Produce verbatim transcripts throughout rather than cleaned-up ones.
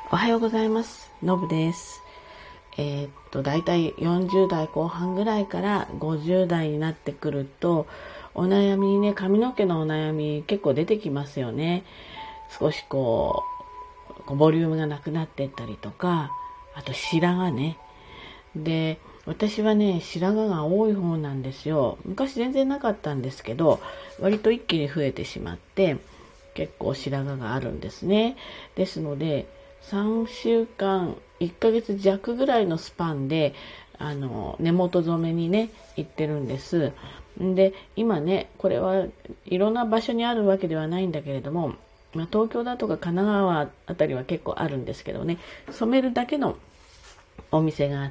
おはようございます。のぶです。えー、っと、だいたいよんじゅう代後半ぐらいからごじゅう代になってくると、お悩みね、髪の毛のお悩み結構出てきますよね。少しこう、ボリュームがなくなってったりとか、あと白髪ね。で、私はね、白髪が多い方なんですよ。昔全然なかったんですけど、割と一気に増えてしまって、結構白髪があるんですね。ですので、さんしゅうかん、いっかげつ弱ぐらいのスパンで、あの、根元染めにね、行ってるんです。で、今ね、これはいろんな場所にあるわけではないんだけれども、まあ、東京だとか神奈川あたりは結構あるんですけどね、染めるだけのお店があって、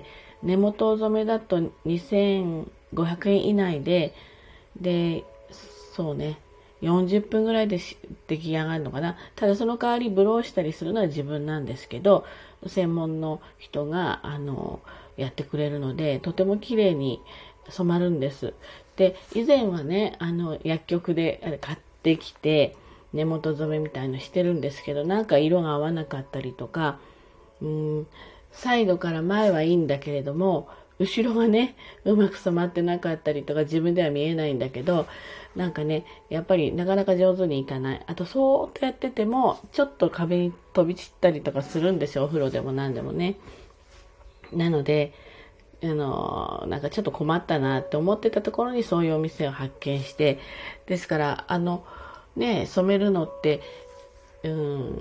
根元染めだとにせんごひゃくえん以内で、で、そうね、よんじゅっぷんぐらいで出来上がるのかな。ただその代わりブローしたりするのは自分なんですけど、専門の人が、あの、やってくれるので、とても綺麗に染まるんです。で、以前はね、あの、薬局で買ってきて、根元染めみたいのしてるんですけど、なんか色が合わなかったりとか、うん、サイドから前はいいんだけれども、後ろがね、うまく染まってなかったりとか自分では見えないんだけど、なんかね、やっぱりなかなか上手にいかない。あと、そーっとやってても、ちょっと壁に飛び散ったりとかするんですよ。お風呂でも何でもね。なので、あの、なんかちょっと困ったなって思ってたところにそういうお店を発見して、ですから、あの、ね、染めるのって、うん、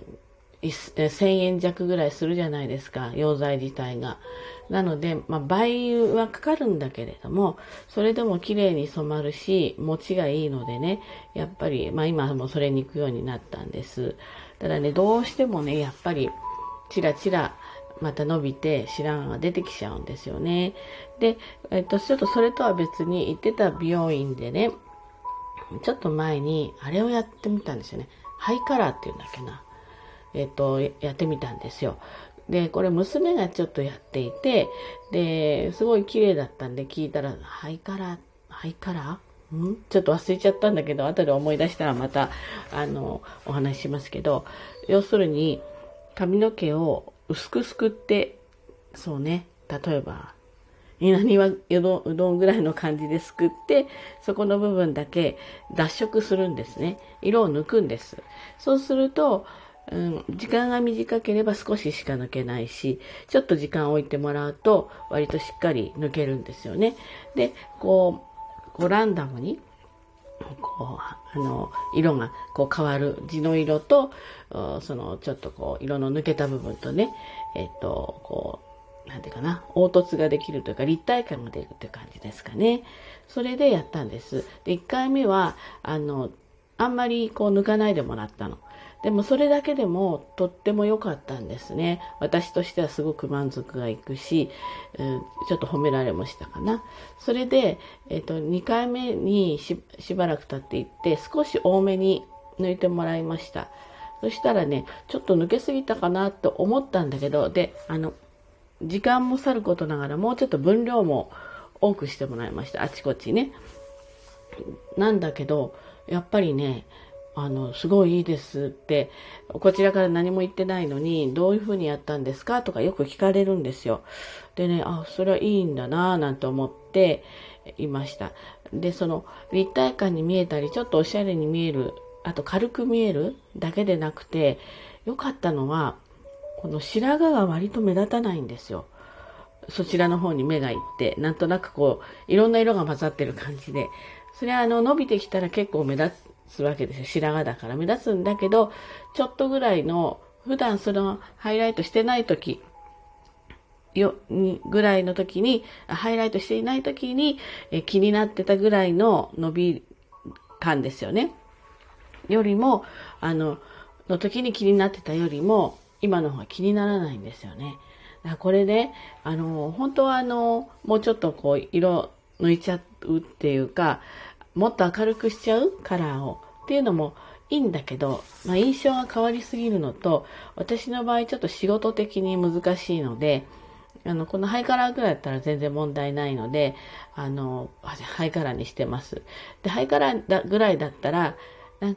せんえん弱ぐらいするじゃないですか、溶剤自体が。なので、まあ、倍はかかるんだけれども、それでも綺麗に染まるし、持ちがいいのでね、やっぱり、まあ今もそれに行くようになったんです。ただね、どうしてもね、やっぱり、チラチラ、また伸びて白髪が出てきちゃうんですよね。で、えっと、ちょっとそれとは別に行ってた美容院でね、ちょっと前にあれをやってみたんですよね。ハイカラーっていうんだっけな。えっと、やってみたんですよ。で、これ娘がちょっとやっていて、で、すごい綺麗だったんで聞いたら、ハイカラー、ハイカラーんちょっと忘れちゃったんだけど、後で思い出したらまた、あの、お話ししますけど、要するに、髪の毛を薄くすくって、そうね、例えば、稲庭うどん、うどんぐらいの感じですくって、そこの部分だけ脱色するんですね。色を抜くんです。そうすると、うん、時間が短ければ少ししか抜けないし、ちょっと時間を置いてもらうと割としっかり抜けるんですよね。で、こう、こうランダムに、こう、あの、色がこう変わる地の色と、そのちょっとこう、色の抜けた部分とね、えっと、こう、なんていうかな、凹凸ができるというか立体感が出るという感じですかね。それでやったんです。で、いっかいめは、あの、あんまりこう抜かないでもらったの。でもそれだけでもとっても良かったんですね。私としてはすごく満足がいくし、うん、ちょっと褒められもしたかな。それで、えっと、にかいめに し, しばらく経っていって少し多めに抜いてもらいました。そしたらね、ちょっと抜けすぎたかなと思ったんだけど、で、あの、時間もさることながらもうちょっと分量も多くしてもらいました。あちこちね。なんだけど、やっぱりね、あの、すごいいいですって、こちらから何も言ってないのに、どういうふうにやったんですかとかよく聞かれるんですよ。でね、あ、それはいいんだなぁなんて思っていました。で、その立体感に見えたり、ちょっとおしゃれに見える、あと軽く見えるだけでなくて、良かったのは、この白髪が割と目立たないんですよ。そちらの方に目がいって、なんとなくこう、いろんな色が混ざってる感じで、それはあの、伸びてきたら結構目立つわけですよ。白髪だから目立つんだけど、ちょっとぐらいの、普段そのハイライトしてない時、よ、に、ぐらいの時に、ハイライトしていない時に、え気になってたぐらいの伸び感ですよね。よりも、あの、の時に気になってたよりも、今の方が気にならないんですよね。だからこれで、あの、本当はあの、もうちょっとこう、色抜いちゃうっていうか、もっと明るくしちゃうカラーをっていうのもいいんだけど、まあ、印象が変わりすぎるのと、私の場合ちょっと仕事的に難しいので、あの、このハイカラーぐらいだったら全然問題ないので、あの、ハイカラーにしてます。で、ハイカラーだぐらいだったら、なんか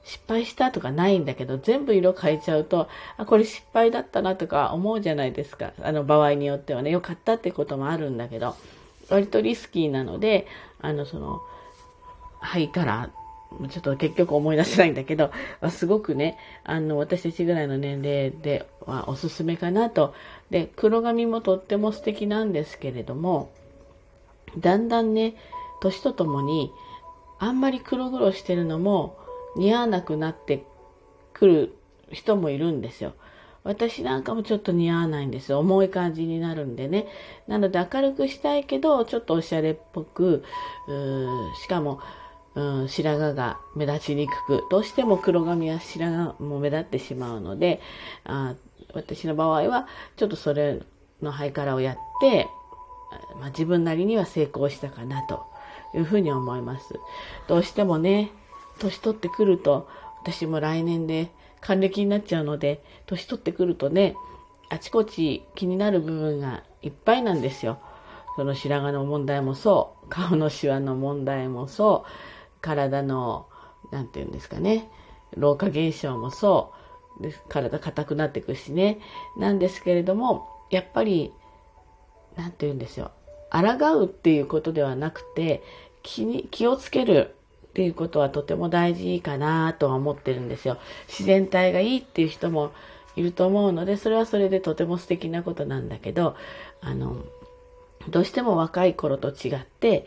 失敗したとかないんだけど、全部色変えちゃうと、あ、これ失敗だったなとか思うじゃないですか。あの場合によってはね、よかったってこともあるんだけど、割とリスキーなので、あの、その、ハイカラー、ちょっと結局思い出せないんだけど、すごくね、あの、私たちぐらいの年齢ではおすすめかなと。で、黒髪もとっても素敵なんですけれども、だんだんね、年とともに、あんまり黒々してるのも似合わなくなってくる人もいるんですよ。私なんかもちょっと似合わないんですよ。重い感じになるんでね。なので明るくしたいけど、ちょっとおしゃれっぽく、うーしかも、うん、白髪が目立ちにくく、どうしても黒髪は白髪も目立ってしまうので、あ私の場合はちょっとそれのハイカラーをやって、まあ、自分なりには成功したかなというふうに思います。どうしてもね、年取ってくると、私も来年で還暦になっちゃうので、年取ってくるとね、あちこち気になる部分がいっぱいなんですよ。その白髪の問題もそう、顔のシワの問題もそう、体の、なんていうんですかね、老化現象もそうで、体硬くなっていくしね、なんですけれども、やっぱり、なんていうんですよ、抗うっていうことではなくて、気に、気をつけるっていうことはとても大事かなとは思ってるんですよ。自然体がいいっていう人もいると思うので、それはそれでとても素敵なことなんだけど、あの、どうしても若い頃と違って、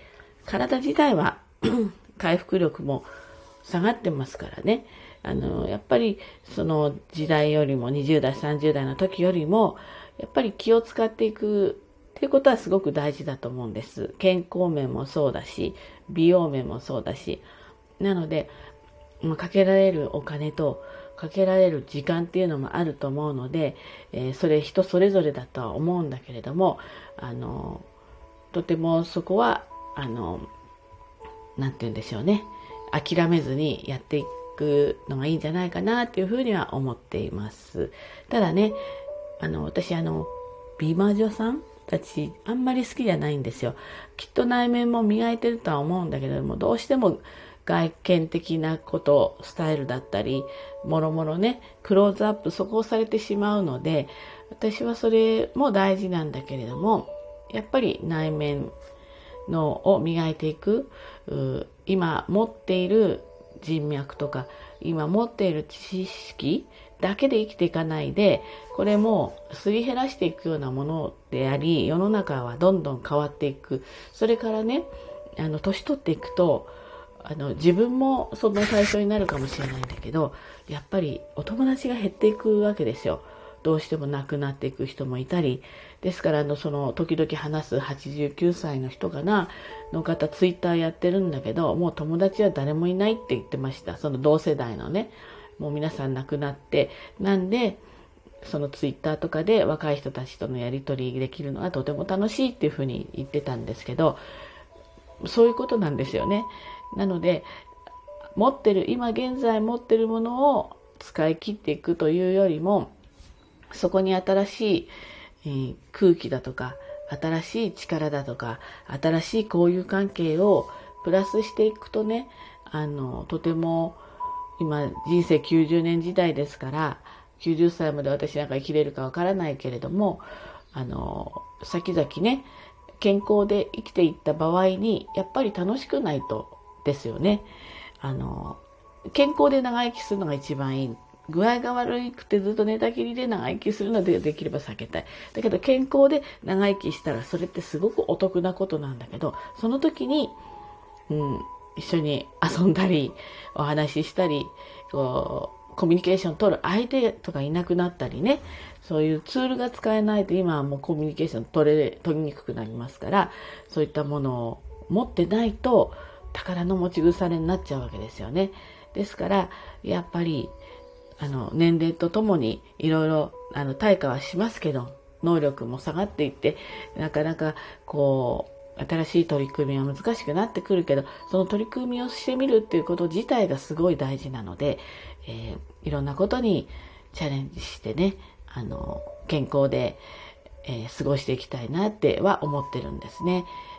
体自体は回復力も下がってますからね。あの、やっぱりその時代よりもにじゅう代、さんじゅう代の時よりも、やっぱり気を使っていくっていうことはすごく大事だと思うんです。健康面もそうだし、美容面もそうだし。なので、かけられるお金とかけられる時間っていうのもあると思うので、えー、それ人それぞれだとは思うんだけれども、あの、とてもそこは、あの、なんて言うんでしょうね。諦めずにやっていくのがいいんじゃないかなっていうふうには思っています。ただね、あの、私あの、美魔女さんたちあんまり好きじゃないんですよ。きっと内面も磨いてるとは思うんだけれども、どうしても外見的なこと、スタイルだったり、もろもろね、クローズアップ、そこをされてしまうので、私はそれも大事なんだけれども、やっぱり内面のを磨いていく、今持っている人脈とか、今持っている知識だけで生きていかないで、これもすり減らしていくようなものであり、世の中はどんどん変わっていく。それからね、あの、年取っていくと、あの、自分もその対象になるかもしれないんだけど、やっぱりお友達が減っていくわけですよ。どうしても亡くなっていく人もいたり、ですから、あの、その、時々話すはちじゅうきゅうさいの人かな、の方、ツイッターやってるんだけど、もう友達は誰もいないって言ってました。その同世代のね。もう皆さん亡くなって。なんで、そのツイッターとかで若い人たちとのやりとりできるのはとても楽しいっていうふうに言ってたんですけど、そういうことなんですよね。なので、持ってる、今現在持ってるものを使い切っていくというよりも、そこに新しい、えー、空気だとか、新しい力だとか、新しい交友関係をプラスしていくとね、あの、とても、今人生きゅうじゅうねん時代ですから、きゅうじゅっさいまで私なんか生きれるかわからないけれども、あの、先々ね、健康で生きていった場合に、やっぱり楽しくないとですよね。あの、健康で長生きするのが一番いい。具合が悪くてずっと寝たきりで長生きするのでできれば避けたい。だけど健康で長生きしたらそれってすごくお得なことなんだけど、その時に、うん、一緒に遊んだり、お話ししたり、こう、コミュニケーション取る相手とかいなくなったりね、そういうツールが使えないと今はもうコミュニケーション取れ、取りにくくなりますから、そういったものを持ってないと宝の持ち腐れになっちゃうわけですよね。ですから、やっぱり、あの、年齢とともにいろいろ、あの、対価はしますけど、能力も下がっていって、なかなか、こう、新しい取り組みは難しくなってくるけど、その取り組みをしてみるっていうこと自体がすごい大事なので、えー、いろんなことにチャレンジしてね、あの、健康で、えー、過ごしていきたいなっては思ってるんですね。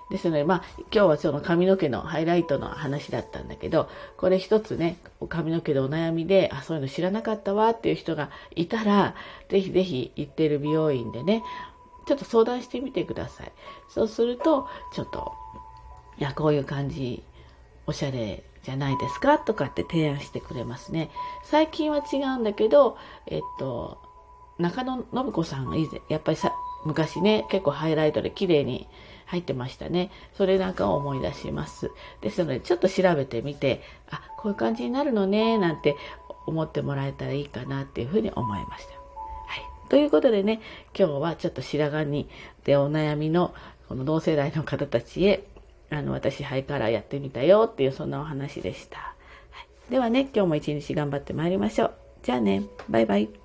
ですので、まあ、今日はその髪の毛のハイライトの話だったんだけど、これ一つね、髪の毛でお悩みで、あ、そういうの知らなかったわっていう人がいたら、ぜひぜひ行っている美容院でね、ちょっと相談してみてください。そうすると、ちょっと、いや、こういう感じ、おしゃれじゃないですかとかって提案してくれますね。最近は違うんだけど、えっと、中野信子さんが以前、やっぱりさ、昔ね、結構ハイライトで綺麗に入ってましたね。それなんかを思い出します。ですので、ちょっと調べてみて、あ、こういう感じになるのね、なんて思ってもらえたらいいかなっていうふうに思いました。はい。ということでね、今日はちょっと白髪にでお悩みのこの同世代の方たちへ、あの、私、ハイカラーやってみたよっていう、そんなお話でした。はい。ではね、今日も一日頑張ってまいりましょう。じゃあね、バイバイ。